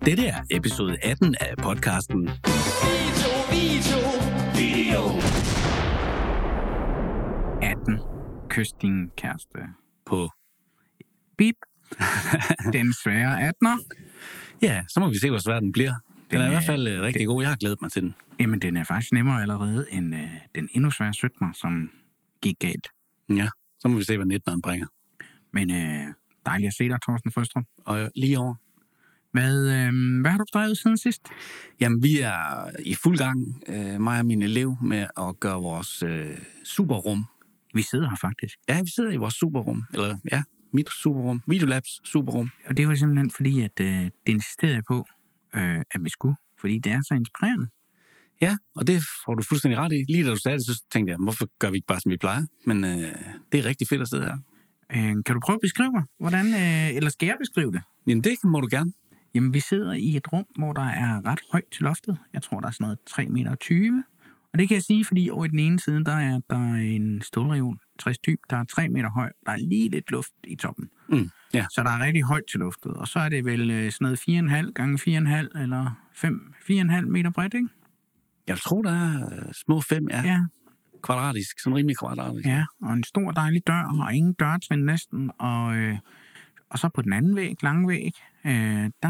Dette er episode 18 af podcasten Video. 18. Kys din kæreste. På Bip. Den svære 18'er. Ja, så må vi se, hvor svær den bliver. Den er i hvert fald rigtig god. Jeg har glædet mig til den. Jamen, den er faktisk nemmere allerede end den endnu svære 17'er, som gik galt. Ja, så må vi se, hvad 19'eren bringer. Men dejligt at se dig, Thorsten Frøstrup. Og lige over. Hvad har du drevet siden sidst? Jamen, vi er i fuld gang, mig og min elev, med at gøre vores superrum. Vi sidder her faktisk. Ja, vi sidder i vores superrum. Eller ja, mit superrum. Videolabs superrum. Og det var simpelthen fordi, at det insisterede jeg på, at vi skulle. Fordi det er så inspirerende. Ja, og det får du fuldstændig ret i. Lige da du sagde det, så tænkte jeg, hvorfor gør vi ikke bare, som vi plejer? Men det er rigtig fedt at sidde her. Kan du prøve at beskrive mig? Hvordan, eller skal jeg beskrive det? Jamen, det må du gerne. Jamen, vi sidder i et rum, hvor der er ret højt til loftet. Jeg tror, der er sådan noget 3,20 meter. Og det kan jeg sige, fordi over i den ene side, der er der en stålreol, 60 dyb, der er 3 meter høj. Der er lige lidt luft i toppen. Ja. Så der er rigtig højt til loftet. Og så er det vel sådan noget 4,5 gange 4,5 eller 4,5 meter bredt, ikke? Jeg tror, der er små 5, Ja. Kvadratisk, sådan rimelig kvadratisk. Ja, og en stor dejlig dør, og ingen dørtrin næsten. Og så på den anden væg, lange væg, der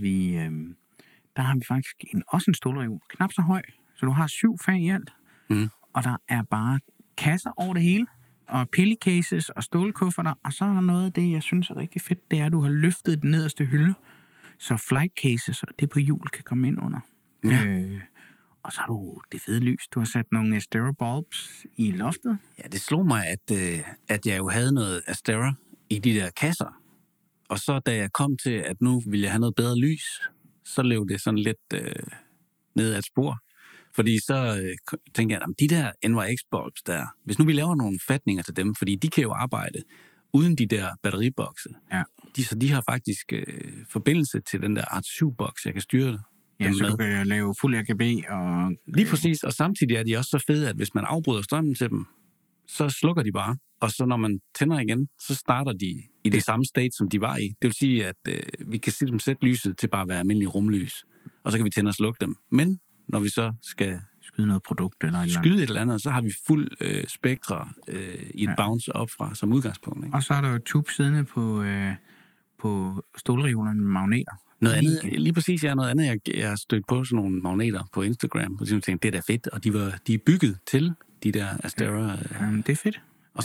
har vi faktisk også en stålreol, knap så høj. Så du har 7 fag i alt. Og der er bare kasser over det hele. Og pillecases og stålkufferter. Og så er noget af det, jeg synes er rigtig fedt, det er, at du har løftet den nederste hylde. Så flight cases og det på hjul kan komme ind under. Ja. Og så har du det fede lys. Du har sat nogle Astera bulbs i loftet. Ja, det slog mig, at jeg jo havde noget Astera i de der kasser. Og så da jeg kom til, at nu ville jeg have noget bedre lys, så løb det sådan lidt ned ad et spor. Fordi så tænkte jeg, at de der NYX-bulbs der, hvis nu vi laver nogle fatninger til dem, fordi de kan jo arbejde uden de der batteribokse. Ja. Så de har faktisk forbindelse til den der Art 7-boks, jeg kan styre det. Ja, så du kan lave fuld RGB og... Lige præcis, og samtidig er de også så fede, at hvis man afbryder strømmen til dem, så slukker de bare. Og så når man tænder igen, så starter de i det samme state, som de var i. Det vil sige, at vi kan sætte lyset til bare at være almindelig rumlys. Og så kan vi tænde og slukke dem. Men når vi så skal skyde noget produkt eller et eller andet, så har vi fuld spektre i et bounce op fra som udgangspunkt. Ikke? Og så er der jo tube siddende på stålreolerne med magneter. Noget andet, lige præcis, noget andet, jeg har stødt på sådan nogle magneter på Instagram, og så tænkte, det er da fedt, og de er bygget til de der Astera. Det er fedt. Og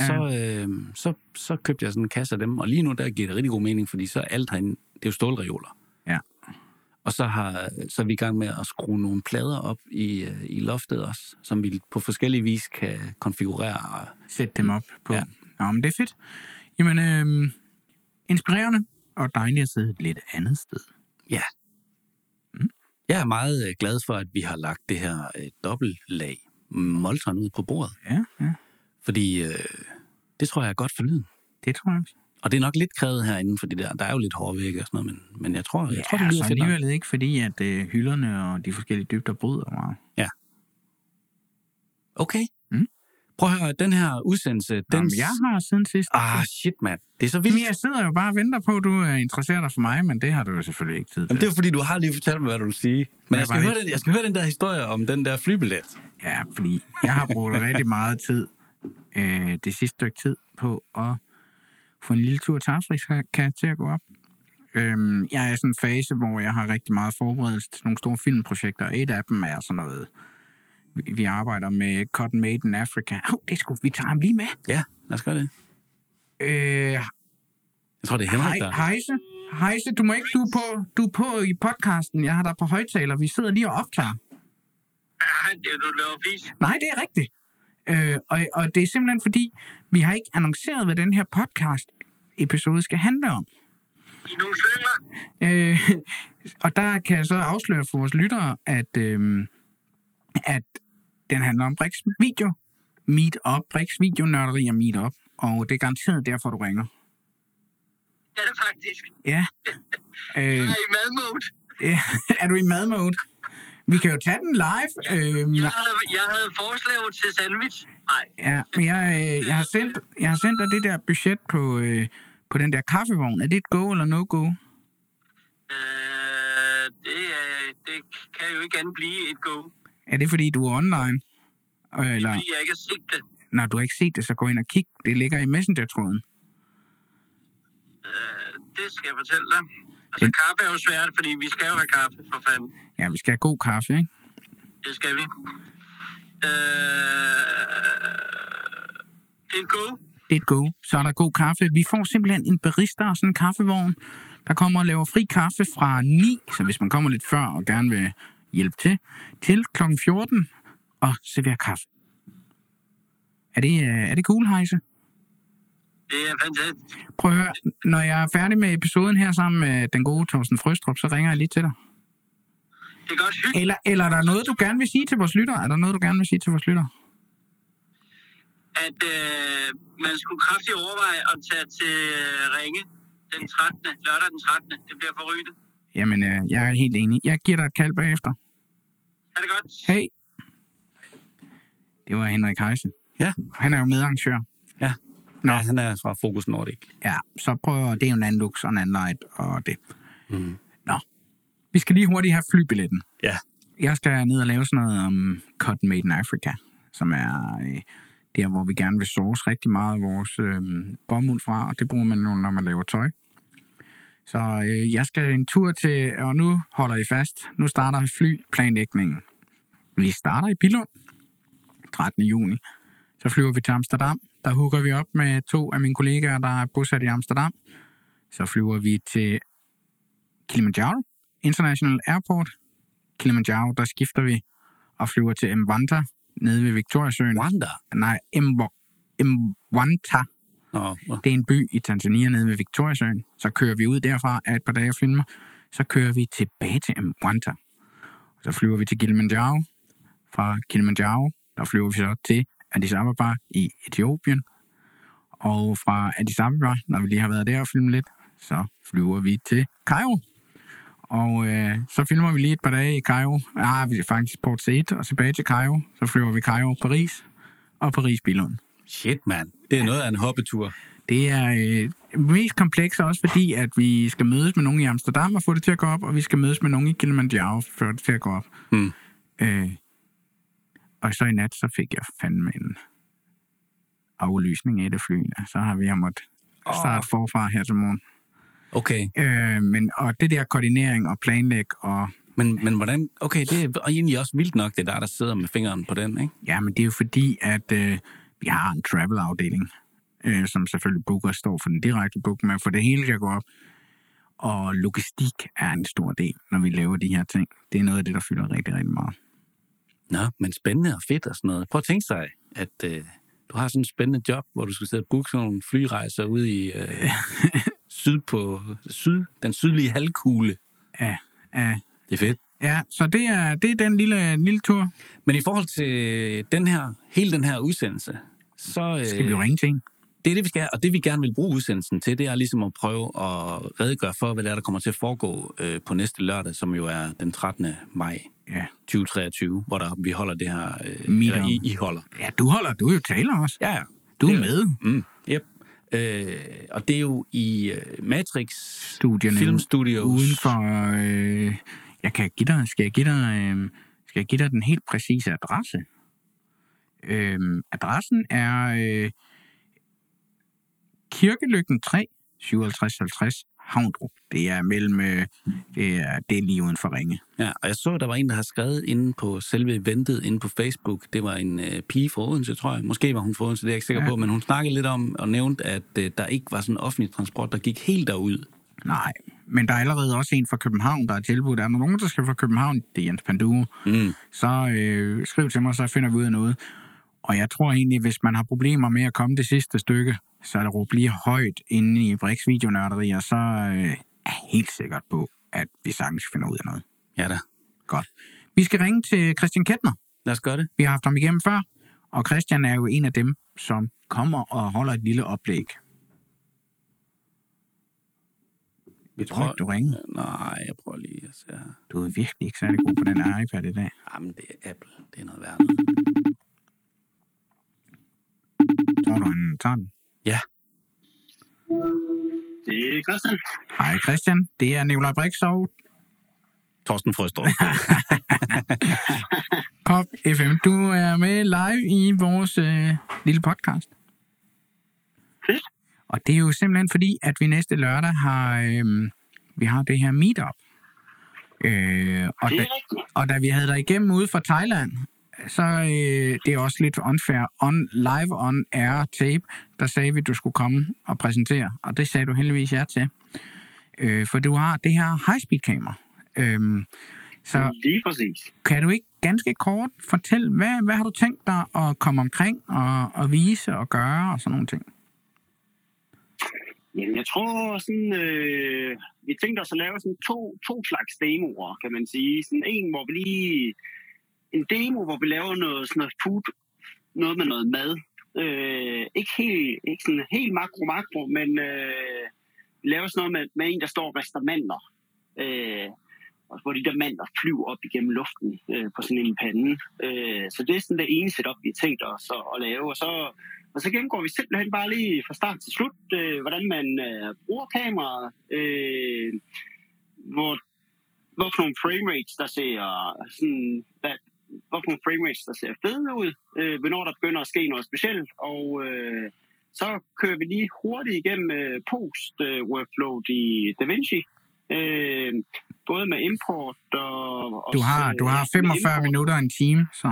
så købte jeg sådan en kasse af dem, og lige nu der giver det rigtig god mening, fordi så alt herinde, det er jo stålreoler. Ja. Og så er vi i gang med at skrue nogle plader op i loftet også, som vi på forskellige vis kan konfigurere. Og sætte dem op på. Ja. Nå, men det er fedt. Jamen, inspirerende og dejligt at sidde et lidt andet sted. Ja. Jeg er meget glad for, at vi har lagt det her dobbeltlag moltron ud på bordet. Ja. Fordi det tror jeg er godt for lyden. Det tror jeg også. Og det er nok lidt krævet herinde, fordi der er jo lidt hårde vægge og sådan noget, men jeg tror, det lyder fedt. Ja, alligevel ikke, fordi at hylderne og de forskellige dybder bryder meget. Ja. Okay. Prøv at høre, den her udsendelse... Jeg har siden sidst. Shit, mand. Det er så vildt. Men jeg sidder jo bare og venter på, at du interesserer dig for mig, men det har du jo selvfølgelig ikke tid til. Jamen, det er fordi, du har lige fortalt mig, hvad du vil sige. Men jeg skal høre den der historie om den der flybillet. Ja, fordi jeg har brugt rigtig meget tid, det sidste stykke tid, på at få en lille tur til Afrika til at gå op. Jeg er i sådan en fase, hvor jeg har rigtig meget forberedelse til nogle store filmprojekter. Et af dem er sådan noget... Vi arbejder med Cotton Made in Africa. Vi tager ham lige med. Ja, lad os gøre det. Jeg tror, det er Henrik, der... Hejse, du er på i podcasten. Jeg har dig på højtaler. Vi sidder lige og optager. Det er du laver fis. Nej, det er rigtigt. Og det er simpelthen fordi, vi har ikke annonceret, hvad den her podcast-episode skal handle om. I nogle slyngler. Og der kan jeg så afsløre for vores lyttere, at den handler om Brix video. Meet up. Brix video nørderi og meet up. Og det er garanteret derfor, du ringer. Det er det faktisk. Ja. Jeg er i madmode. Ja, er du i madmode? Vi kan jo tage den live. Jeg havde forslag til sandwich. Nej. Ja, men jeg har sendt dig det der budget på den der kaffevogn. Er det et go eller no-go? kan jo ikke andet blive et go. Er det, fordi du er online? Eller, Fordi jeg ikke har set det. når du ikke set det, så gå ind og kig. Det ligger i Messenger-tråden. Det skal jeg fortælle dig. Altså, kaffe er jo svært, fordi vi skal jo have kaffe, for fanden. Ja, vi skal have god kaffe, ikke? Det skal vi. Det er et go. Det er et go. Så er der god kaffe. Vi får simpelthen en barista og sådan en kaffevogn, der kommer og laver fri kaffe fra 9, så hvis man kommer lidt før og gerne vil hjælpe til kl. 14 og servere kaffe. Er det cool, Heise? Det er fantastisk. Prøv at høre, når jeg er færdig med episoden her sammen med den gode Thorsten Frøstrup, så ringer jeg lige til dig. Det er godt hyggeligt. Eller er der noget, du gerne vil sige til vores lytter? At man skulle kraftigt overveje at tage til Ringe den 13. lørdag den 13. Det bliver forrygende. Jamen, jeg er helt enig. Jeg giver dig et kald bagefter. Er det godt? Hey. Det var Henrik Heise. Ja. Han er jo medarrangør. Ja. Nå, han er fra Focus Nordic. Ja, så prøver det er jo en anden lux og en anden light og det. Mm. Nå. Vi skal lige hurtigt have flybilletten. Ja. Jeg skal ned og lave sådan noget om Cotton Made in Africa, som er der, hvor vi gerne vil source rigtig meget af vores bomuld fra, og det bruger man jo, når man laver tøj. Så jeg skal en tur til, og nu holder I fast, nu starter flyplanlægningen. Vi starter i Billund, 13. juni. Så flyver vi til Amsterdam. Der hooker vi op med 2 af mine kollegaer, der er bosat i Amsterdam. Så flyver vi til Kilimanjaro International Airport. Kilimanjaro, der skifter vi og flyver til Mvanta nede ved Victoriasøen. Rwanda? Nej, Mvanta. Det er en by i Tanzania nede ved Victoriasøen. Så kører vi ud derfra af et par dage og filmer. Så kører vi tilbage til Mvanta. Så flyver vi til Kilimanjaro. Fra Kilimanjaro, der flyver vi så til Addis Ababa i Etiopien. Og fra Addis Ababa, når vi lige har været der og filmet lidt, så flyver vi til Cairo. Og så filmer vi lige et par dage i Cairo. Vi er faktisk Port Said og tilbage til Cairo. Så flyver vi Cairo, Paris og Paris-Billund. Shit, mand. Det er noget af en hoppetur. Det er mest komplekst også, fordi at vi skal mødes med nogen i Amsterdam og få det til at gå op, og vi skal mødes med nogen i Kilimanjaro for at få det til at gå op. Mm. Og så i nat, så fik jeg fandme en aflysning af det flyene. Så har vi måttet starte forfra her til morgen. Okay. Og det der koordinering og planlæg og... Men hvordan... Okay, det er egentlig også vildt nok, det der sidder med fingeren på den, ikke? Ja, men det er jo fordi, at vi har en travel-afdeling, som selvfølgelig booker står for den direkte book, men for det hele kan gå op. Og logistik er en stor del, når vi laver de her ting. Det er noget af det, der fylder rigtig, rigtig meget. Nå, men spændende og fedt og sådan noget. Prøv at tænke sig, at du har sådan en spændende job, hvor du skal sidde og booke sådan nogle flyrejser ude i den sydlige halvkugle. Ja. Det er fedt. Ja, så det er den lille tur. Men i forhold til hele den her udsendelse, så... Skal vi jo ringe til en? Det er det, vi skal, og det vi gerne vil bruge udsendelsen til, det er ligesom at prøve at redegøre for, hvad der kommer til at foregå på næste lørdag, som jo er den 13. maj 2023, hvor vi holder det her... I holder. Ja, du er jo taler også. Ja. Du er med. Yep. Og det er jo i Matrix Studierne Filmstudios. Uden for... Skal jeg give dig den helt præcise adresse? Adressen er Kirkelygten 3, 5750 Havndrup. Det er det er lige uden for Ringe. Ja, og jeg så, der var en, der har skrevet inde på selve eventet inde på Facebook. Det var en pige fra Odense, tror jeg. Måske var hun fra Odense, det er jeg ikke sikker på, men hun snakkede lidt om og nævnte, at der ikke var sådan en offentlig transport, der gik helt derud. Nej, men der er allerede også en fra København, der er tilbudt. Er der nogen, der skal fra København? Det er Jens Panduro. Så skriv til mig, så finder vi ud af noget. Og jeg tror egentlig, hvis man har problemer med at komme det sidste stykke, så er det råb lige højt inde i Brix Videonørderier, så er jeg helt sikkert på, at vi sagtens finder ud af noget. Ja da. Godt. Vi skal ringe til Christian Kettner. Lad os gøre det. Vi har haft ham igennem før, og Christian er jo en af dem, som kommer og holder et lille oplæg. Vi tror du ringer? Nej, jeg prøver lige at se her. Du er virkelig ikke særlig god på den her iPad i dag. Jamen, det er Apple. Det er noget værd. Tror du, han tager den? Ja. Det er Christian. Hej Christian, det er Nikolaj Brix og Torsten Frøstrup. Pop FM, du er med live i vores lille podcast. Fedt. Og det er jo simpelthen fordi, at vi næste lørdag vi har det her meetup. Og da vi havde dig igennem ude fra Thailand, så det er også lidt unfair. Live on air tape, der sagde vi, at du skulle komme og præsentere. Og det sagde du heldigvis ja til. For du har det her high-speed-kamera. Så lige præcis. Kan du ikke ganske kort fortælle, hvad har du tænkt dig at komme omkring og vise og gøre og sådan nogle ting? Jamen, jeg tror sådan, vi tænkte os at lave sådan to slags demoer, kan man sige. Sådan en demo, hvor vi laver noget food, noget med noget mad. Ikke sådan helt makro, men vi laver sådan noget med en, der står og rister mandler. Og hvor de der mandler flyver op igennem luften på sådan en pande. Så det er sådan det ene setup, vi har tænkt os at lave. Og så gennemgår vi simpelthen bare lige fra start til slut, hvordan man bruger kameraet, hvor for nogle framerates, der ser sådan, hvorfor framerates, der ser fede ud, hvornår der begynder at ske noget specielt, og så kører vi lige hurtigt igennem post-workflow i DaVinci, både med import og... Du har 45 minutter og en time, så...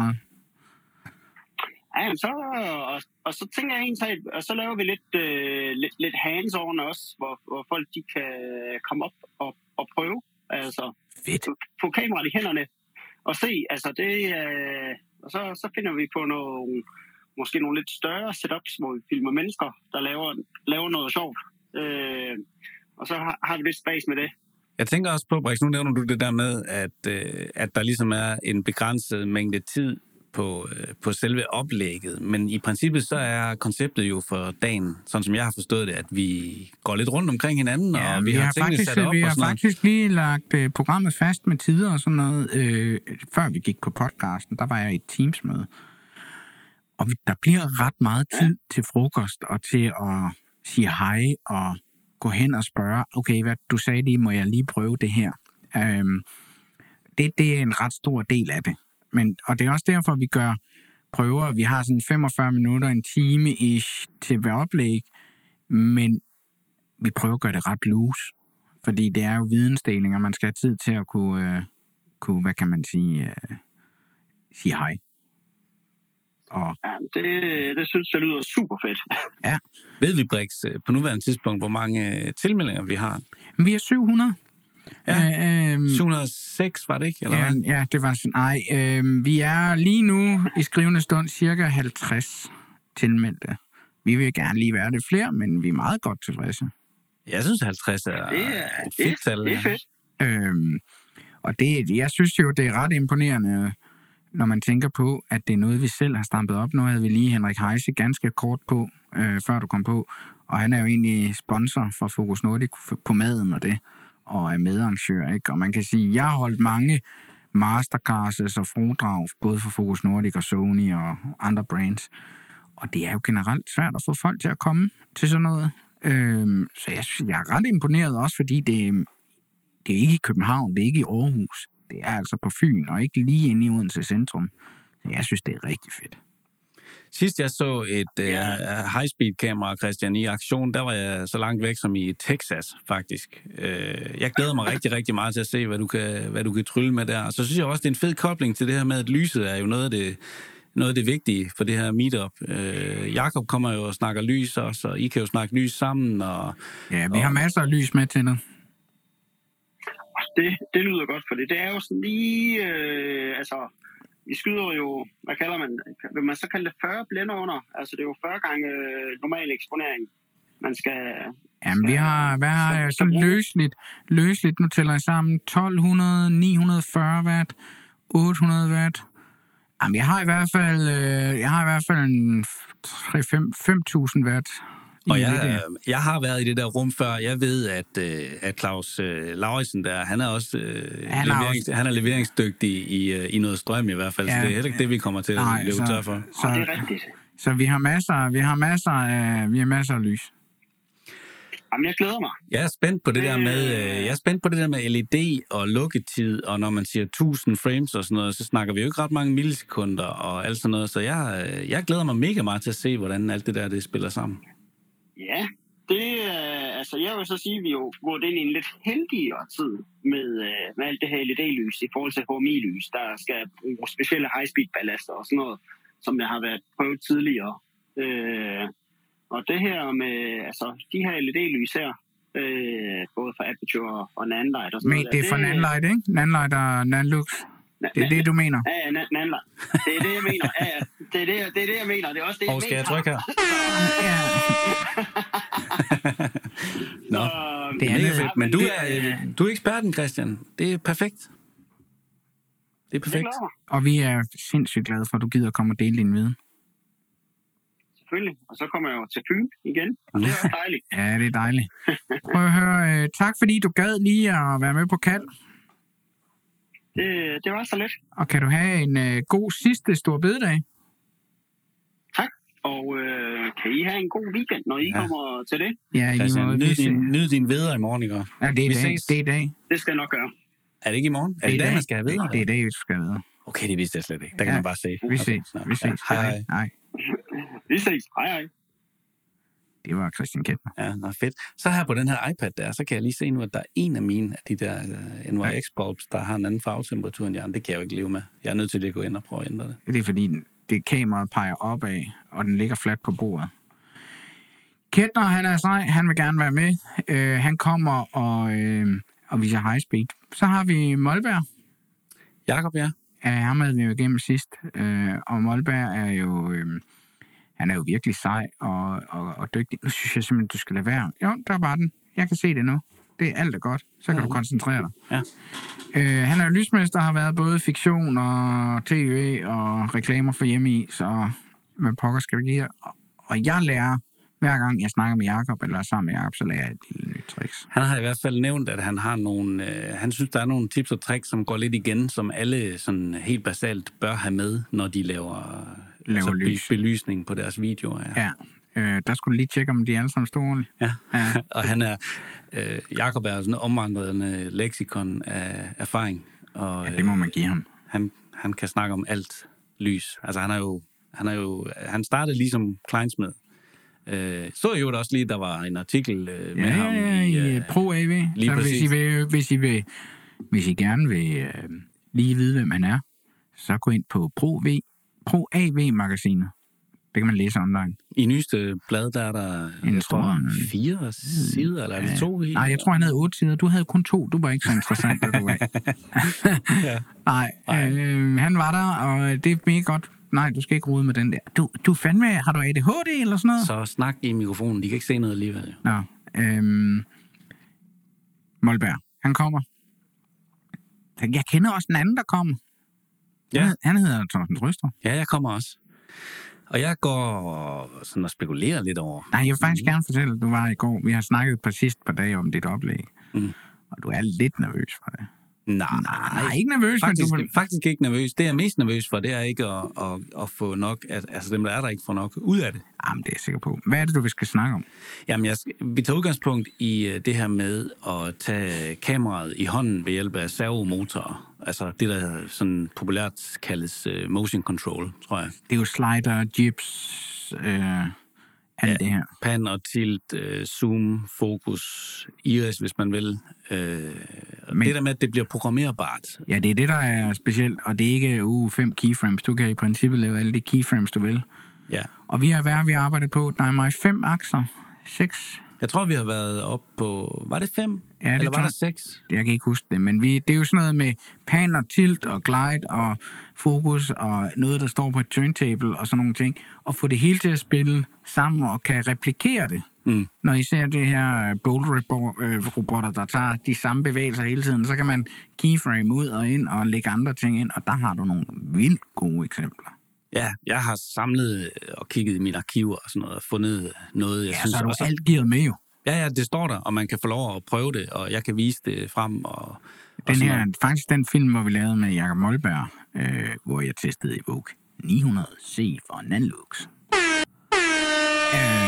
Ja, og så tænker jeg egentlig, og så laver vi lidt hands-on også, hvor folk de kan komme op og prøve, altså få kameraet i hænderne og se, altså det, og så finder vi på måske nogle lidt større setups, hvor vi filmer mennesker, der laver noget sjovt, og så har vi lidt space med det. Jeg tænker også på, Brix, nu nævner du det der med, at der ligesom er en begrænset mængde tid på selve oplægget, men i princippet så er konceptet jo for dagen, sådan som jeg har forstået det, at vi går lidt rundt omkring hinanden, ja, og vi har tingene sat op. Vi har faktisk lige lagt programmet fast med tider og sådan noget, før vi gik på podcasten, der var jeg i et Teams-møde. Og der bliver ret meget tid til frokost og til at sige hej og gå hen og spørge, okay, hvad du sagde lige, må jeg lige prøve det her? Det er en ret stor del af det. Og det er også derfor, vi gør prøver. Vi har sådan 45 minutter, en time-ish til hver oplæg, men vi prøver at gøre det ret loose, fordi det er jo vidensdeling, og man skal have tid til at kunne hvad kan man sige hej. Og ja, det synes jeg lyder super fedt. Ja. Ved vi, Brix, på nuværende tidspunkt, hvor mange tilmeldinger vi har? Vi er 700. Ja, 706 var det ikke? Eller ja, det var sådan. Nej, vi er lige nu i skrivende stund cirka 50 tilmeldte. Vi vil gerne lige være det flere, men vi er meget godt tilfredse. Jeg synes, 50 er et fedt tal. Det er fedt. Og jeg synes jo, det er ret imponerende, når man tænker på, at det er noget, vi selv har stampet op. Nu havde vi lige Henrik Heise ganske kort på, før du kom på. Og han er jo egentlig sponsor for Focus Nordic på maden og det, og er medarrangør, ikke? Og man kan sige, at jeg har holdt mange masterclasses og foredrag, både for Focus Nordic og Sony og andre brands. Og det er jo generelt svært at få folk til at komme til sådan noget. Så jeg er ret imponeret også, fordi det er ikke i København, det er ikke i Aarhus. Det er altså på Fyn, og ikke lige inde i Odense centrum. Så jeg synes, det er rigtig fedt. Sidst jeg så et high-speed-kamera, Christian, i aktion, der var jeg så langt væk som i Texas, faktisk. Jeg glæder mig rigtig, rigtig meget til at se, hvad du kan trylle med der. Og så synes jeg også, det er en fed kobling til det her med, at lyset er jo noget af det vigtige for det her meetup. Jakob kommer jo og snakker lys også, og I kan jo snakke lys sammen. Ja, vi har masser af lys med til det. Det lyder godt for det. Det er jo sådan lige, vi skyder jo, hvad kalder man, vil man så kalde det 40 blænder under? Altså det er jo 40 gange normal eksponering. Man skal... Jamen vi har, hvad har jeg så løsligt, nu tæller jeg sammen, 1200, 940 watt, 800 watt. Jamen jeg har i hvert fald en 5.000 watt. Og jeg har været i det der rum før. Jeg ved, at Claus Lauritsen der, han er også han er leveringsdygtig i noget strøm i hvert fald. Ja, så det er heller ikke det, vi kommer til at løbe tør for. Så det er rigtigt. Så vi har masser af lys. Jamen, jeg glæder mig. Jeg er spændt på det der med, LED og lukketid, og når man siger 1000 frames og sådan noget, så snakker vi jo ikke ret mange millisekunder og alt sådan noget, så jeg glæder mig mega meget til at se, hvordan alt det der, det spiller sammen. Ja, jeg vil så sige, at vi jo gået ind i en lidt heldigere tid med alt det her LED-lys i forhold til HMI-lys, der skal bruge specielle high-speed-ballaster og sådan noget, som jeg har været prøvet tidligere. Og det her med, de her LED-lys her, både for Aperture og Nanlite og sådan noget. Men det er for Nanlite, ikke? Nanlite og Nanlux. Det er det, du mener? Ja, Nanlite. Det er det, jeg mener. Ja, det er det, jeg mener. Det er også det, jeg mener. Skal jeg trykke her? Ja. Nå, det er mega fedt. Men du er eksperten, Christian. Det er perfekt. Det er perfekt. Og vi er sindssygt glade for, at du gider at komme og dele din viden. Selvfølgelig. Og så kommer jeg jo til Fyn igen. Og det er dejligt. Ja, det er dejligt. Prøv at høre. Tak fordi du gad lige at være med på kald. Det var så let. Og kan du have en god sidste stor bededag? Tak. Og kan I have en god weekend, når I kommer til det? Ja, nyd din veder i morgen, ikke? Ja, det er i dag. Det skal jeg nok gøre. Er det ikke i morgen? Er det i dag, man skal have veder? Det er i dag, vi skal have veder. Okay, det vidste jeg slet ikke. Der kan man bare se. Vi ses. Hej. Vi ses. Hej. Det var Christian Kettner. Ja, nå, fedt. Så her på den her iPad der, så kan jeg lige se nu, at der er en af mine, de der NYX-bulbs, der har en anden farvetemperatur end jeg. Det kan jeg jo ikke leve med. Jeg er nødt til at gå ind og prøve at ændre det. Det er fordi, det kameraet peger opad, og den ligger fladt på bordet. Kettner, han er sej. Han vil gerne være med. Han kommer og viser high speed. Så har vi Molberg. Jakob, ja. Ja, ham havde vi jo igennem sidst. Og Molberg er jo... Han er jo virkelig sej og dygtig. Nu synes jeg simpelthen, du skal lade være. Jo, der var den. Jeg kan se det nu. Det er alt er godt. Så kan du koncentrere dig. Ja. Han er jo lysmester, har været både fiktion og tv og reklamer for hjemmeis, og hvad pokker skal vi give. Og jeg lærer, hver gang jeg snakker med Jakob, eller sammen med Jakob, så lærer jeg et lille nyt tricks. Han har i hvert fald nævnt, at han har nogle... han synes, der er nogle tips og tricks, som går lidt igen, som alle sådan helt basalt bør have med, når de laver belysning på deres videoer. Ja. Der skulle du lige tjekke, om de er alle sammen store. Ja. Og han er... Jakob er sådan en omvandrende leksikon af erfaring. Og, det må man give ham. Han kan snakke om alt lys. Altså, han startede ligesom klejnsmed. Så jo også lige, der var en artikel med ham i Pro AV. Lige så hvis I gerne vil lige vide, hvem han er, så gå ind på Pro AV-magasinet. Det kan man læse online. I nyeste blad, der er der 4 sider, eller er det 2? Nej, jeg tror, han havde 8 sider. Du havde kun 2. Du var ikke så interessant, at du var. Nej, han var der, og det er mega godt. Nej, du skal ikke rode med den der. Du fandme, har du ADHD eller sådan noget? Så snak i mikrofonen, de kan ikke se noget alligevel. Nå, Molberg, han kommer. Jeg kender også en anden, der kommer. Ja. Han hedder Thorsten Trøster. Ja, jeg kommer også. Og jeg går sådan og spekulerer lidt over... Nej, jeg vil faktisk gerne fortælle, at du var i går. Vi har snakket præcis par dage om dit oplæg. Og du er lidt nervøs for det. Nej, ikke nervøs. Faktisk ikke nervøs. Det, jeg er mest nervøs for, det er ikke at få nok... Altså dem, der er der, ikke får nok ud af det. Jamen, det er jeg sikker på. Hvad er det, du skal snakke om? Jamen, vi tager udgangspunkt i det her med at tage kameraet i hånden ved hjælp af servomotorer. Altså det, der sådan populært kaldes motion control, tror jeg. Det er jo slider, jips, alt det her. Pan og tilt, zoom, fokus, iris, hvis man vil. Men det der med, at det bliver programmerbart. Ja, det er det, der er specielt, og det er ikke 5 keyframes. Du kan i princippet lave alle de keyframes, du vil. Ja. Og vi har arbejdet på, der er mig 5 akser, 6. Jeg tror, vi har været op på... Var det 5? Ja, eller var det 6? Jeg kan ikke huske det, men det er jo sådan noget med pan og tilt og glide og fokus og noget, der står på et turntable og sådan nogle ting. Og få det hele til at spille sammen og kan replikere det. Når I ser det her bolt-robotter, der tager de samme bevægelser hele tiden, så kan man keyframe ud og ind og lægge andre ting ind, og der har du nogle vildt gode eksempler. Ja, jeg har samlet og kigget i mine arkiver og sådan noget, og fundet noget, jeg synes... så har du alt givet med jo. Ja, det står der, og man kan få lov at prøve det, og jeg kan vise det frem. Faktisk den film, hvor vi lavede med Jakob Molberg, hvor jeg testede Evoke 900C for Nanlux.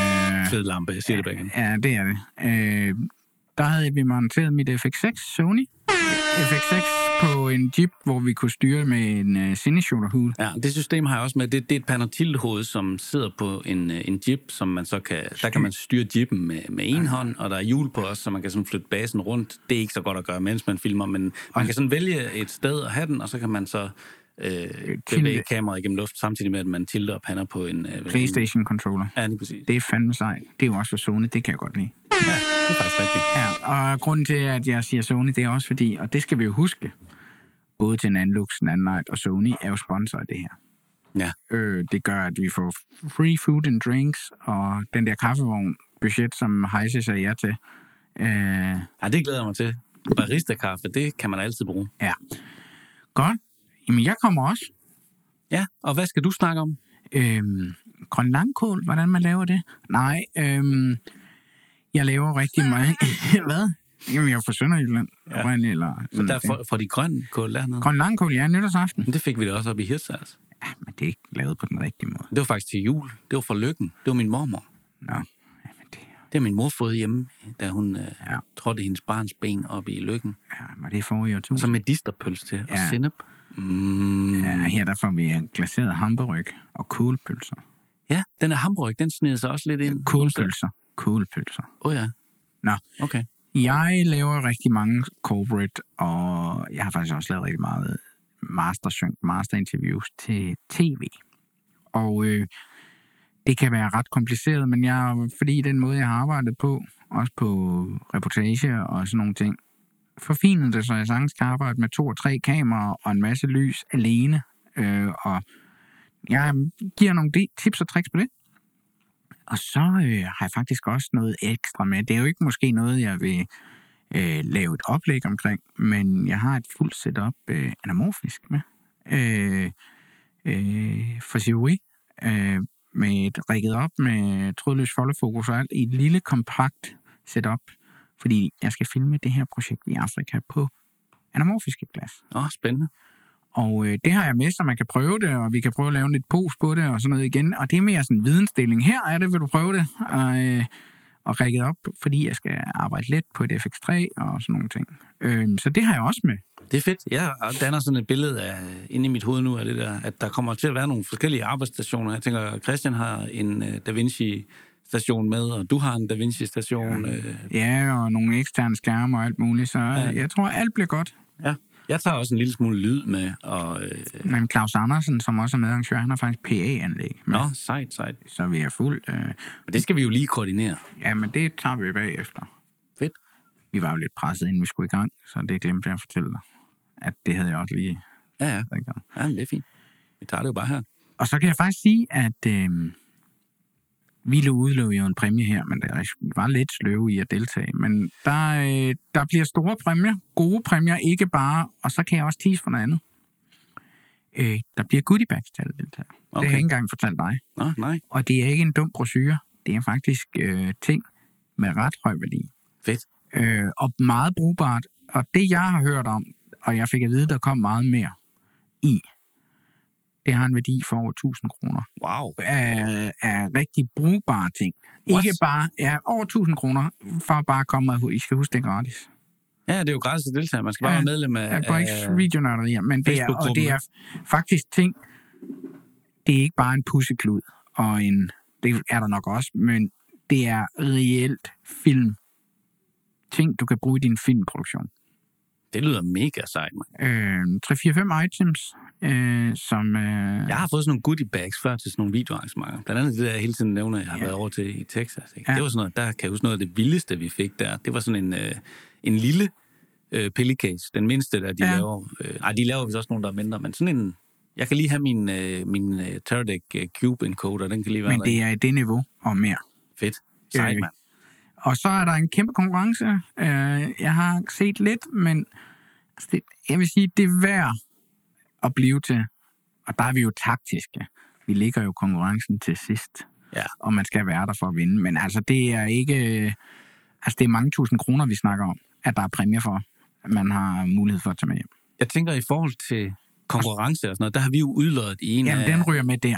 fed lampe, jeg siger det begge. Ja, det er det. Der havde vi monteret mit FX6 Sony. FX6 på en Jeep, hvor vi kunne styre med en Cineshooter-hud. Ja, det system har jeg også med. Det er et Panatil-hoved, som sidder på en Jeep, som man så kan... Der kan man styre Jeepen med en hånd, og der er hjul på også, så man kan sådan flytte basen rundt. Det er ikke så godt at gøre, mens man filmer, men man kan sådan vælge et sted at have den, og så kan man så bevæge kameraet igennem luft, samtidig med, at man tilter og pander på en... PlayStation-controller. Ja, lige præcis. Det er fandme sejt. Det er jo også for Sony, det kan jeg godt lide. Ja, det er faktisk rigtigt. Ja, og grunden til, at jeg siger Sony, det er også fordi, og det skal vi jo huske, både til Nanlux, Nanlite og Sony er jo sponsor af det her. Ja. Det gør, at vi får free food and drinks, og den der kaffevogn-budget, som Heise sagde ja til. Ja, det glæder jeg mig til. Barista-kaffe, det kan man altid bruge. Ja. Godt. Jamen, jeg kommer også. Ja, og hvad skal du snakke om? Grøn langkål, hvordan man laver det? Nej, jeg laver rigtig meget. Hvad? Jamen, jeg er fra Sønderjylland. Ja. Eller Så der får de grøn kål dernede? Grøn langkål, ja, nytårsaften. Men det fik vi da også op i Hirtshals. Ja, men det er ikke lavet på den rigtige måde. Det var faktisk til jul. Det var fra Lykken. Det var min mormor. Nå, jamen det... Det har min mor fået hjemme, da hun trådte hendes barns ben op i Lykken. Ja, var det forrige årtusind? Så med medisterpøls til og sennep. Ja, her der får vi glaseret hamburg og kålpølser. Ja, den er hamburg, den sniger sig også lidt ind. Kålpølser. Ja. Nå, okay. Jeg laver rigtig mange corporate, og jeg har faktisk også lavet rigtig meget masterinterviews til tv. Og det kan være ret kompliceret, men fordi den måde, jeg har arbejdet på, også på reportage og sådan nogle ting, forfinede det, så jeg sagtens kan arbejde med 2 og 3 kameraer og en masse lys alene. Og jeg giver nogle tips og tricks på det. Og så har jeg faktisk også noget ekstra med. Det er jo ikke måske noget, jeg vil lave et oplæg omkring, men jeg har et fuldt setup anamorfisk med. For COI. Med et rigget op med trådløs foldefokus og alt i et lille kompakt setup. Fordi jeg skal filme det her projekt i Afrika på anamorfiske glas. Spændende. Og det har jeg med, så man kan prøve det, og vi kan prøve at lave lidt pos på det og sådan noget igen. Og det er mere sådan en vidensdeling. Her er det, vil du prøve det? Og rækket op, fordi jeg skal arbejde lidt på et FX3 og sådan nogle ting. Så det har jeg også med. Det er fedt. Jeg danner sådan et billede af, inde i mit hoved nu, af det der, at der kommer til at være nogle forskellige arbejdsstationer. Jeg tænker, Christian har en Da Vinci-station med, og du har en Da Vinci-station. Ja, og nogle eksterne skærme og alt muligt, så jeg tror, alt bliver godt. Ja. Jeg tager også en lille smule lyd med. Men Claus Andersen, som også er medarrangør, han har faktisk PA-anlæg med. Nå, sejt. Så vi er fuldt... Men det skal vi jo lige koordinere. Ja, men det tager vi bagefter. Fedt. Vi var jo lidt presset, inden vi skulle i gang, så det glemte jeg at fortælle dig. At det havde jeg også lige... Ja, det er fint. Vi tager det jo bare her. Og så kan jeg faktisk sige, at vi udløb jo en præmie her, men vi var lidt sløve i at deltage. Men der bliver store præmier, gode præmier, ikke bare... Og så kan jeg også tease for noget andet. Der bliver goodie bags til alle deltagere. Okay. Det har jeg ikke engang fortalt dig. Nej. Og det er ikke en dum brochure. Det er faktisk ting med ret høj værdi. Fedt. Og meget brugbart. Og det, jeg har hørt om, og jeg fik at vide, der kom meget mere i, det har en værdi for over 1.000 kroner. Wow. Af rigtig brugbare ting. What? Ikke bare, over 1.000 kroner, for at bare komme og I skal huske, det er gratis. Ja, det er jo gratis at deltage. Man skal bare være medlem af... Jeg går ikke videonørderier, men det er faktisk ting, det er ikke bare en pusseklud, og det er der nok også, men det er reelt film. Ting, du kan bruge i din filmproduktion. Det lyder mega sejt, man. 3-4-5 items, som... Jeg har fået sådan nogle goodie bags før til sådan nogle videoarrangementer. Blandt andet det der, jeg hele tiden nævner, jeg har været over til i Texas. Ikke? Ja. Det var sådan noget, der kan jeg huske noget af det vildeste, vi fik der. Det var sådan en lille pillicase. Den mindste, der de laver. De laver vist også nogle, der er mindre, men sådan en... Jeg kan lige have min Teradek Cube encoder, den kan lige være men det er i det niveau og mere. Fedt. Sejt, mand. Og så er der en kæmpe konkurrence. Jeg har set lidt, men jeg vil sige, det er værd at blive til. Og der er vi jo taktiske. Vi ligger jo konkurrencen til sidst. Ja. Og man skal være der for at vinde. Men altså, det er ikke... Altså, det er mange tusind kroner, vi snakker om, at der er præmier for, at man har mulighed for at tage med hjem. Jeg tænker, i forhold til konkurrence og sådan noget, der har vi jo udløjet i en Jamen, den ryger med der.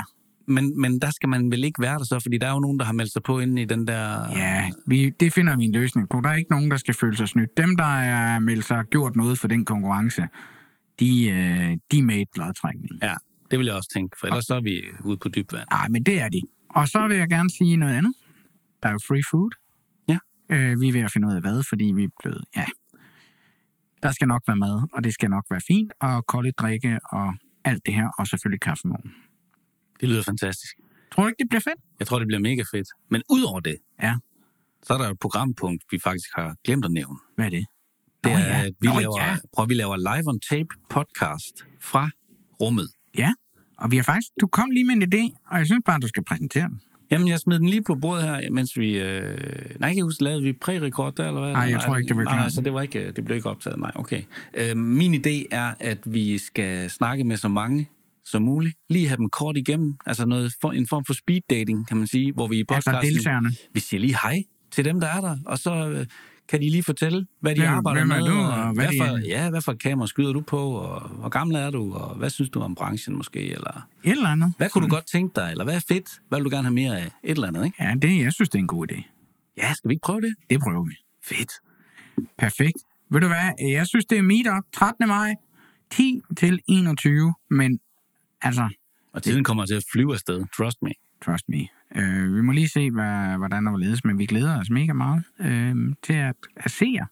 Men der skal man vel ikke være der så, fordi der er jo nogen, der har meldt sig på inde i den der... Ja, det finder vi en løsning på. Der er ikke nogen, der skal føle sig snydt. Dem, der er meldt sig gjort noget for den konkurrence, de er med et lodtrækning. Ja, det vil jeg også tænke, for ellers så er vi ude på dybt vand. Nej, men det er de. Og så vil jeg gerne sige noget andet. Der er jo free food. Ja. Vi er ved at finde ud af hvad, fordi vi er blevet... Ja, der skal nok være mad, og det skal nok være fint, og kolde drikke, og alt det her, og selvfølgelig kaffemorgen. Det lyder fantastisk. Tror du ikke, det bliver fedt? Jeg tror, det bliver mega fedt. Men udover det, Ja. så er der jo et programpunkt, vi faktisk har glemt at nævne. Hvad er det? Det Nå, er, ja. at vi laver live on tape podcast fra rummet. Ja, og vi har faktisk... Du kom lige med en idé, og jeg synes bare, du skal præsentere den. Jamen, jeg smed den lige på bordet her, mens vi... Nej, jeg kan huske, lavede vi prærekord der, eller hvad? Nej, jeg tror ikke, det var klart. Nej, så det blev ikke optaget. Nej, okay. Min idé er, at vi skal snakke med så mange som muligt. Lige have dem kort igennem. Altså en form for speed dating, kan man sige, hvor vi i podcasten... Altså deltagerne. Vi siger lige hej til dem, der er der, og så kan de lige fortælle, hvad de arbejder hvem med. er du, og hvad for kamera skyder du på, og hvor gammel er du, og hvad synes du om branchen måske, eller... Et eller andet. Hvad kunne du godt tænke dig, eller hvad er fedt? Hvad vil du gerne have mere af? Et eller andet, ikke? Ja, jeg synes, det er en god idé. Ja, skal vi ikke prøve det? Det prøver vi. Fedt. Perfekt. Ved du hvad? Jeg synes, det er meetup 13. maj, 10 til 21, men altså... Og tiden kommer til at flyve afsted, trust me. Trust me. Vi må lige se, hvordan der var ledes, men vi glæder os mega meget til at se jer.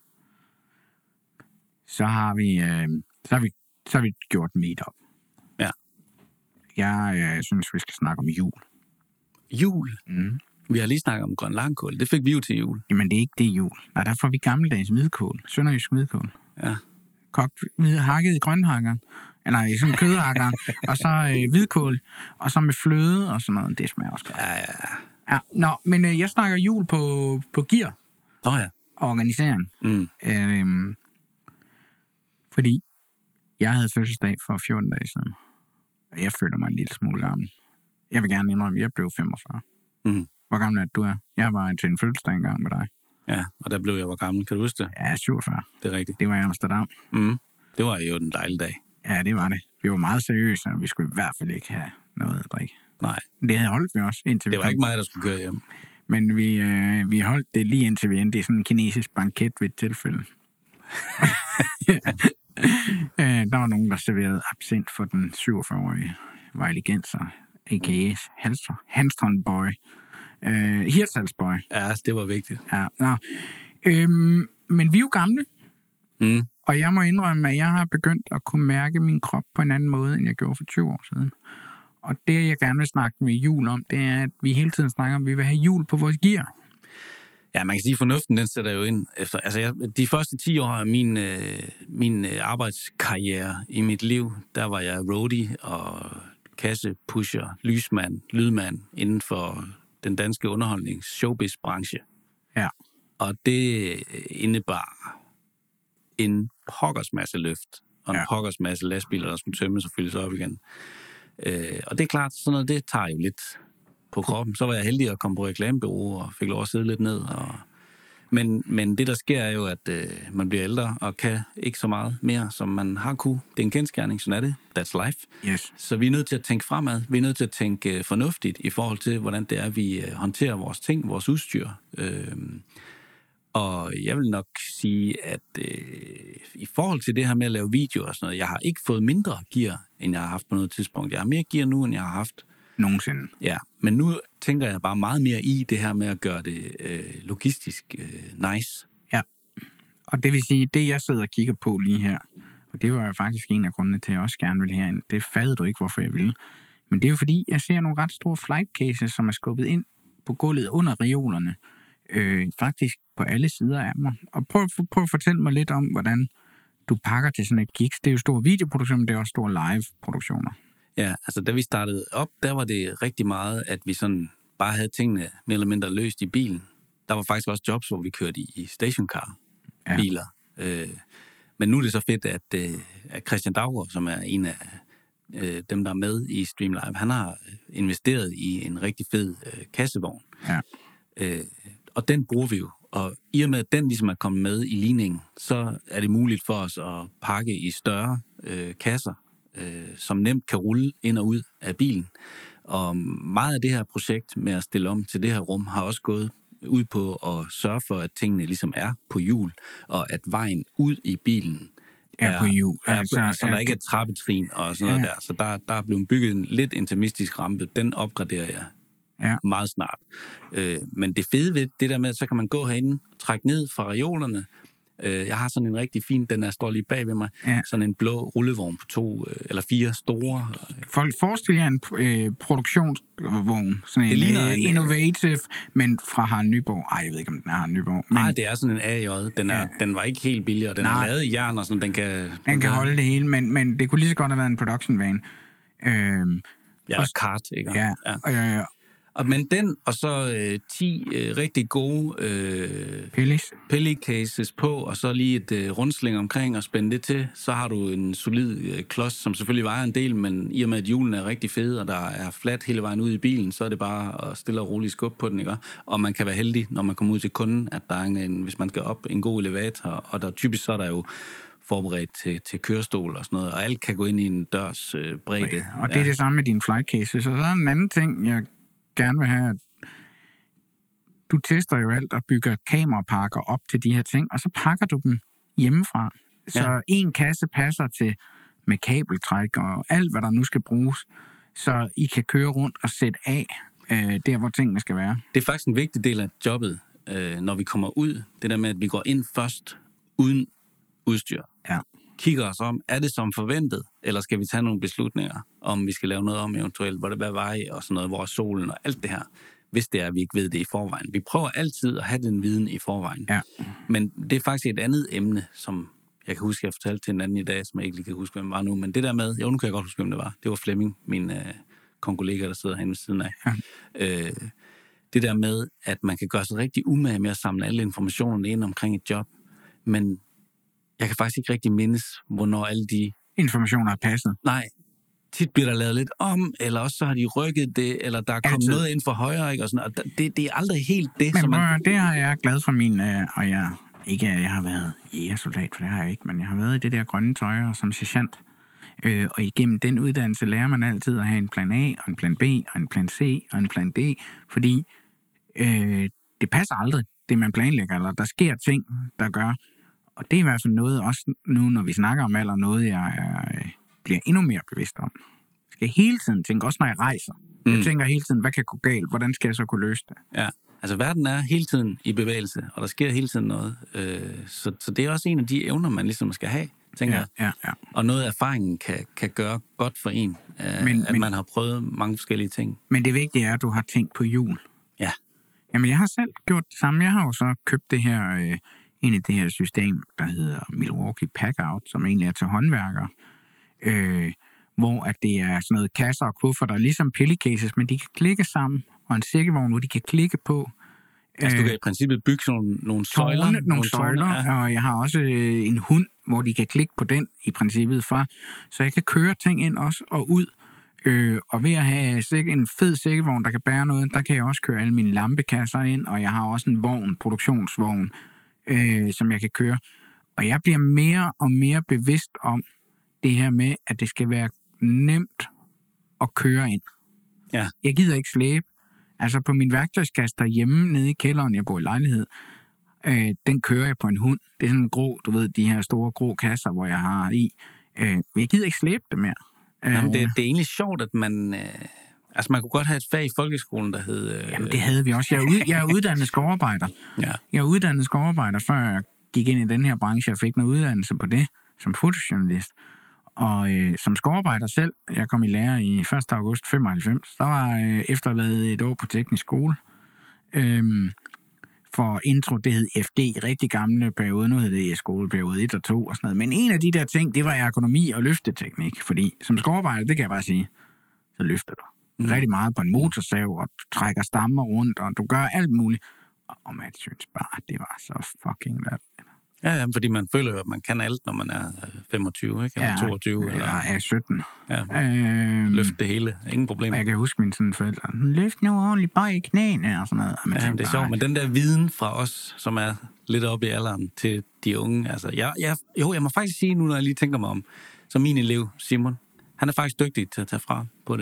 Så har vi gjort meetup. Ja. Jeg synes, vi skal snakke om jul. Jul? Mm. Vi har lige snakket om grøn langkål. Det fik vi jo til jul. Jamen, det er ikke det jul. Nej, der får vi gammeldags hvidkål. Sønderjysk hvidkål. Ja. Kogt hakket i grønhakker. Eller i sådan kødhakker. Og så hvidkål. Og så med fløde og sådan noget. Det smager også godt. Ja. Nå, men jeg snakker jul på gear. Ja. Og organiseren. Mm. Fordi jeg havde fødselsdag for 14 dage siden. Og jeg føler mig en lille smule gammel. Jeg vil gerne indrømme, at jeg blev 45. Mm. Hvor gammel er du? Jeg var til en fødselsdag engang med dig. Ja, og der blev jeg hvor gammel. Kan du huske det? Ja, 47. Det er rigtigt. Det var i Amsterdam. Mm. Det var jo en dejlig dag. Ja, det var det. Vi var meget seriøse, og vi skulle i hvert fald ikke have noget at drikke. Nej. Det havde holdt vi også, indtil det var ikke mig, der skulle køre hjem. Men vi holdt det lige indtil vi endte i sådan en kinesisk banket ved et tilfælde. Der var nogen, der serverede absint for den 47-årige Vejlegenser, a.k.a. Hanstholm Boy. Hirtshals Boy. Ja, det var vigtigt. Ja, men vi er jo gamle. Mm. Og jeg må indrømme, at jeg har begyndt at kunne mærke min krop på en anden måde, end jeg gjorde for 20 år siden. Og det, jeg gerne vil snakke med jul om, det er, at vi hele tiden snakker om, at vi vil have jul på vores gear. Ja, man kan sige, at fornuften, den sætter jo ind efter... Altså, de første 10 år af min arbejdskarriere i mit liv, der var jeg roadie og kassepusher, lysmand, lydmand inden for den danske underholdnings-showbiz-branche. Ja. Og det indebar en pokkers masse løft, og en pokkers masse lastbiler, der skulle tømmes og fyldes op igen. Og det er klart, sådan noget, det tager jo lidt på kroppen. Så var jeg heldig at komme på reklamebureau og fik lov at sidde lidt ned. Men det, der sker, er jo, at man bliver ældre og kan ikke så meget mere, som man har kunne. Det er en kendsgerning, sådan er det. That's life. Yes. Så vi er nødt til at tænke fremad. Vi er nødt til at tænke fornuftigt i forhold til, hvordan det er, vi håndterer vores ting, vores udstyr. Og jeg vil nok sige, at i forhold til det her med at lave video og sådan noget, jeg har ikke fået mindre gear, end jeg har haft på noget tidspunkt. Jeg har mere gear nu, end jeg har haft nogensinde. Ja, men nu tænker jeg bare meget mere i det her med at gøre det logistisk nice. Ja, og det vil sige, det jeg sidder og kigger på lige her, og det var jo faktisk en af grundene til, at jeg også gerne ville herind. Det fattede du ikke, hvorfor jeg ville. Men det er jo fordi, jeg ser nogle ret store flight cases, som er skubbet ind på gulvet under reolerne. Faktisk på alle sider af mig. Og prøv at fortælle mig lidt om, hvordan du pakker til sådan et gigs. Det er jo stor videoproduktion, men det er også store live-produktioner. Ja, altså da vi startede op, der var det rigtig meget, at vi sådan bare havde tingene mere eller mindre løst i bilen. Der var faktisk også jobs, hvor vi kørte i stationcar-biler. Ja. Men nu er det så fedt, at Christian Daugård, som er en af dem, der er med i Streamlive, han har investeret i en rigtig fed kassevogn. Ja. Og den bruger vi jo. Og i og med, at den ligesom er kommet med i ligningen, så er det muligt for os at pakke i større kasser, som nemt kan rulle ind og ud af bilen. Og meget af det her projekt med at stille om til det her rum, har også gået ud på at sørge for, at tingene ligesom er på hjul, og at vejen ud i bilen er på hjul. Så der ikke er trappetrin og sådan noget der. Så der er blevet bygget en lidt intimistisk rampe. Den opgraderer jeg meget snart. Men det fede ved det der med, så kan man gå herinde, trække ned fra reolerne. Jeg har sådan en rigtig fin, den står lige bag ved mig, sådan en blå rullevogn på 2 eller 4 store. Folk forestiller jer en produktionsvogn, sådan en innovative, men fra Harald Nyborg. Jeg ved ikke, om den er Harald Nyborg. Nej, det er sådan en AJ. Den var ikke helt billig, og den er lavet i jern, og sådan, den kan holde det hele, men det kunne lige så godt have været en production van. Og kart, ikke? Ja. Men den, og så 10 rigtig gode Pelli cases på, og så lige et rundsling omkring og spænde det til. Så har du en solid klods, som selvfølgelig vejer en del, men i og med, at hjulen er rigtig fede, og der er fladt hele vejen ud i bilen, så er det bare at stille og roligt skub på den, ikke? Og man kan være heldig, når man kommer ud til kunden, at der er hvis man skal op, en god elevator, og der typisk så er der jo forberedt til kørestol og sådan noget, og alt kan gå ind i en dørs bredde. Og det er det samme med dine flight cases. Så er en anden ting, jeg gerne vil have, at du tester jo alt og bygger kamerapakker op til de her ting, og så pakker du dem hjemmefra. Så en kasse passer til med kabeltræk og alt, hvad der nu skal bruges, så I kan køre rundt og sætte af der, hvor tingene skal være. Det er faktisk en vigtig del af jobbet, når vi kommer ud. Det der med, at vi går ind først uden udstyr. Ja. Kigger os om, er det som forventet, eller skal vi tage nogle beslutninger, om vi skal lave noget om eventuelt, hvor det er vej og sådan noget, hvor er solen og alt det her, hvis det er, at vi ikke ved det i forvejen. Vi prøver altid at have den viden i forvejen. Ja. Men det er faktisk et andet emne, som jeg kan huske, jeg fortalte til en anden i dag, som jeg ikke lige kan huske, hvem var nu, men det der med, nu kan jeg godt huske, hvem det var. Det var Flemming, min konkollega, der sidder herinde ved siden af. Ja. Det der med, at man kan gøre sig rigtig umage med at samle alle informationerne ind omkring et job, men jeg kan faktisk ikke rigtig mindes, hvornår alle de informationer er passet. Nej, tit bliver der lavet lidt om, eller også så har de rykket det, eller der er kommet noget ind for højre, ikke? Og sådan, og det er aldrig helt det, men som man... det har jeg glad for min, og jeg har været jægersoldat, for det har jeg ikke, men jeg har været i det der grønne tøj som sergeant. Og igennem den uddannelse lærer man altid at have en plan A, og en plan B, og en plan C, og en plan D, fordi det passer aldrig, det man planlægger, eller der sker ting, der gør. Og det er i hvert fald noget, også nu, når vi snakker om alder, noget, jeg bliver endnu mere bevidst om. Jeg skal hele tiden tænke, også når jeg rejser. Jeg tænker hele tiden, hvad kan gå galt? Hvordan skal jeg så kunne løse det? Ja, altså verden er hele tiden i bevægelse, og der sker hele tiden noget. Så det er også en af de evner, man ligesom skal have, tænker jeg. Ja. Og noget erfaringen kan gøre godt for en, at man har prøvet mange forskellige ting. Men det vigtige er, at du har tænkt på jul. Ja. Jamen, jeg har selv gjort det samme. Jeg har jo så købt det her... ind i det her system, der hedder Milwaukee Packout, som egentlig er til håndværkere, hvor at det er sådan noget kasser og kufferter, ligesom pillecases, men de kan klikke sammen, og en sækkevogn, hvor de kan klikke på. Altså, du kan i princippet bygge nogle søjler. Nogle søjler, ja. Og jeg har også en hund, hvor de kan klikke på den i princippet fra, så jeg kan køre ting ind også og ud. Og ved at have en fed sækkevogn, der kan bære noget, der kan jeg også køre alle mine lampekasser ind, og jeg har også en produktionsvogn, som jeg kan køre. Og jeg bliver mere og mere bevidst om det her med, at det skal være nemt at køre ind. Ja. Jeg gider ikke slæbe. Altså på min værktøjskasse derhjemme nede i kælderen, jeg bor i lejlighed, den kører jeg på en hund. Det er sådan en grå, du ved, de her store grå kasser, hvor jeg har i. Jeg gider ikke slæbe det mere. Jamen, det er egentlig sjovt, at man... Altså, man kunne godt have et fag i folkeskolen, der hed... Jamen, det havde vi også. Jeg er uddannet skovarbejder. Ja. Jeg er uddannet skovarbejder, før jeg gik ind i den her branche. Jeg fik noget uddannelse på det, som fotojournalist. Og som skovarbejder selv, jeg kom i lære i 1. august 95. Der var efterladet et år på teknisk skole. For intro, det hed FD, rigtig gamle periode. Nu hed det skoleperiode 1 og 2 og sådan noget. Men en af de der ting, det var ergonomi og løfteteknik. Fordi som skovarbejder, det kan jeg bare sige, så løfter du. Rigtig meget på en motorsav, og du trækker stammer rundt, og du gør alt muligt. Og man synes bare, det var så fucking værd. Ja, fordi man føler jo, at man kan alt, når man er 25, ikke? Eller 22. Eller er 17. Ja, løft det hele. Ingen problem. Jeg kan huske mine sådan forældre. Løft nu ordentligt, bare i knæene og sådan noget. Ja, det er sjovt, men den der viden fra os, som er lidt oppe i alderen til de unge, altså, jeg må faktisk sige nu, når jeg lige tænker mig om, så min elev, Simon, han er faktisk dygtig til at tage fra på det.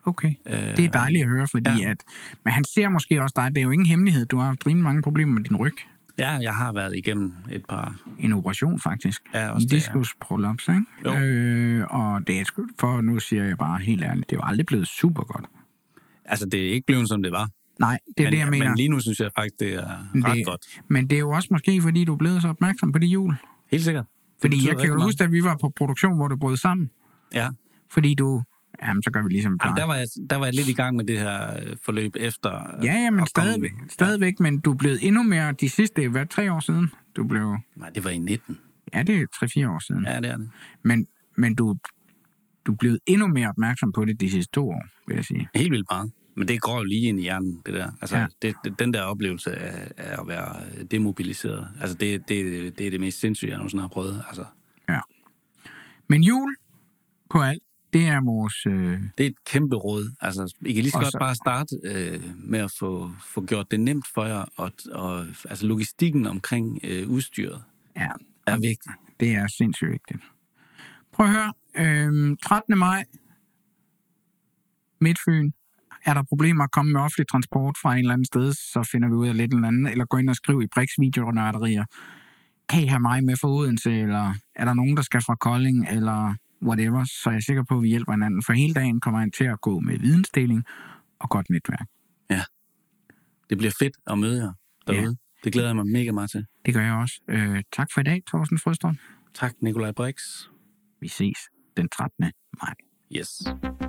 Okay, det er dejligt at høre, fordi men han ser måske også dig. Det er jo ingen hemmelighed. Du har haft rimelig mange problemer med din ryg. Ja, jeg har været igennem et par... En operation, faktisk. Ja, også det, diskus prolaps, ikke? Og det er for, nu siger jeg bare helt ærligt, det er jo aldrig blevet super godt. Altså, det er ikke blevet, som det var. Nej, det er det, jeg mener. Men lige nu synes jeg faktisk, det er ret godt. Men det er jo også måske, fordi du er blevet så opmærksom på det jul. Helt sikkert. Fordi jeg kan jo huske, at vi var på produktion, hvor du brød sammen. Ja. Fordi du... Jamen, så gør vi ligesom... Jamen, der var jeg lidt i gang med det her forløb efter... Ja, men stadigvæk, men du er blevet endnu mere... De sidste, 3 år siden, du blev... Nej, det var i 19. Ja, det er 3-4 år siden. Ja, det er det. Men du er blevet endnu mere opmærksom på det de sidste 2 år, vil jeg sige. Helt vildt meget. Men det går jo lige ind i hjernen, det der. Altså, den der oplevelse af at være demobiliseret, altså, det er det mest sindssyge, jeg nogensinde har prøvet. Altså. Ja. Men jul på alt, det er vores... Det er et kæmpe råd. Altså, I kan lige så godt bare starte med at få gjort det nemt for jer, og altså, logistikken omkring udstyret er vigtig. Det er sindssygt vigtigt. Prøv at høre. 13. maj, Midtfyn. Er der problemer at komme med offentlig transport fra en eller anden sted, så finder vi ud af lidt eller andet, eller gå ind og skrive i Brix videonørderier. Kan I have mig med fra Odense, eller er der nogen, der skal fra Kolding, eller whatever, så er jeg sikker på, at vi hjælper hinanden. For hele dagen kommer han til at gå med vidensdeling og godt netværk. Ja. Det bliver fedt at møde jer derude. Ja. Det glæder jeg mig mega meget til. Det gør jeg også. Tak for i dag, Thorsten Frøstrup. Tak, Nikolaj Brix. Vi ses den 13. maj. Yes.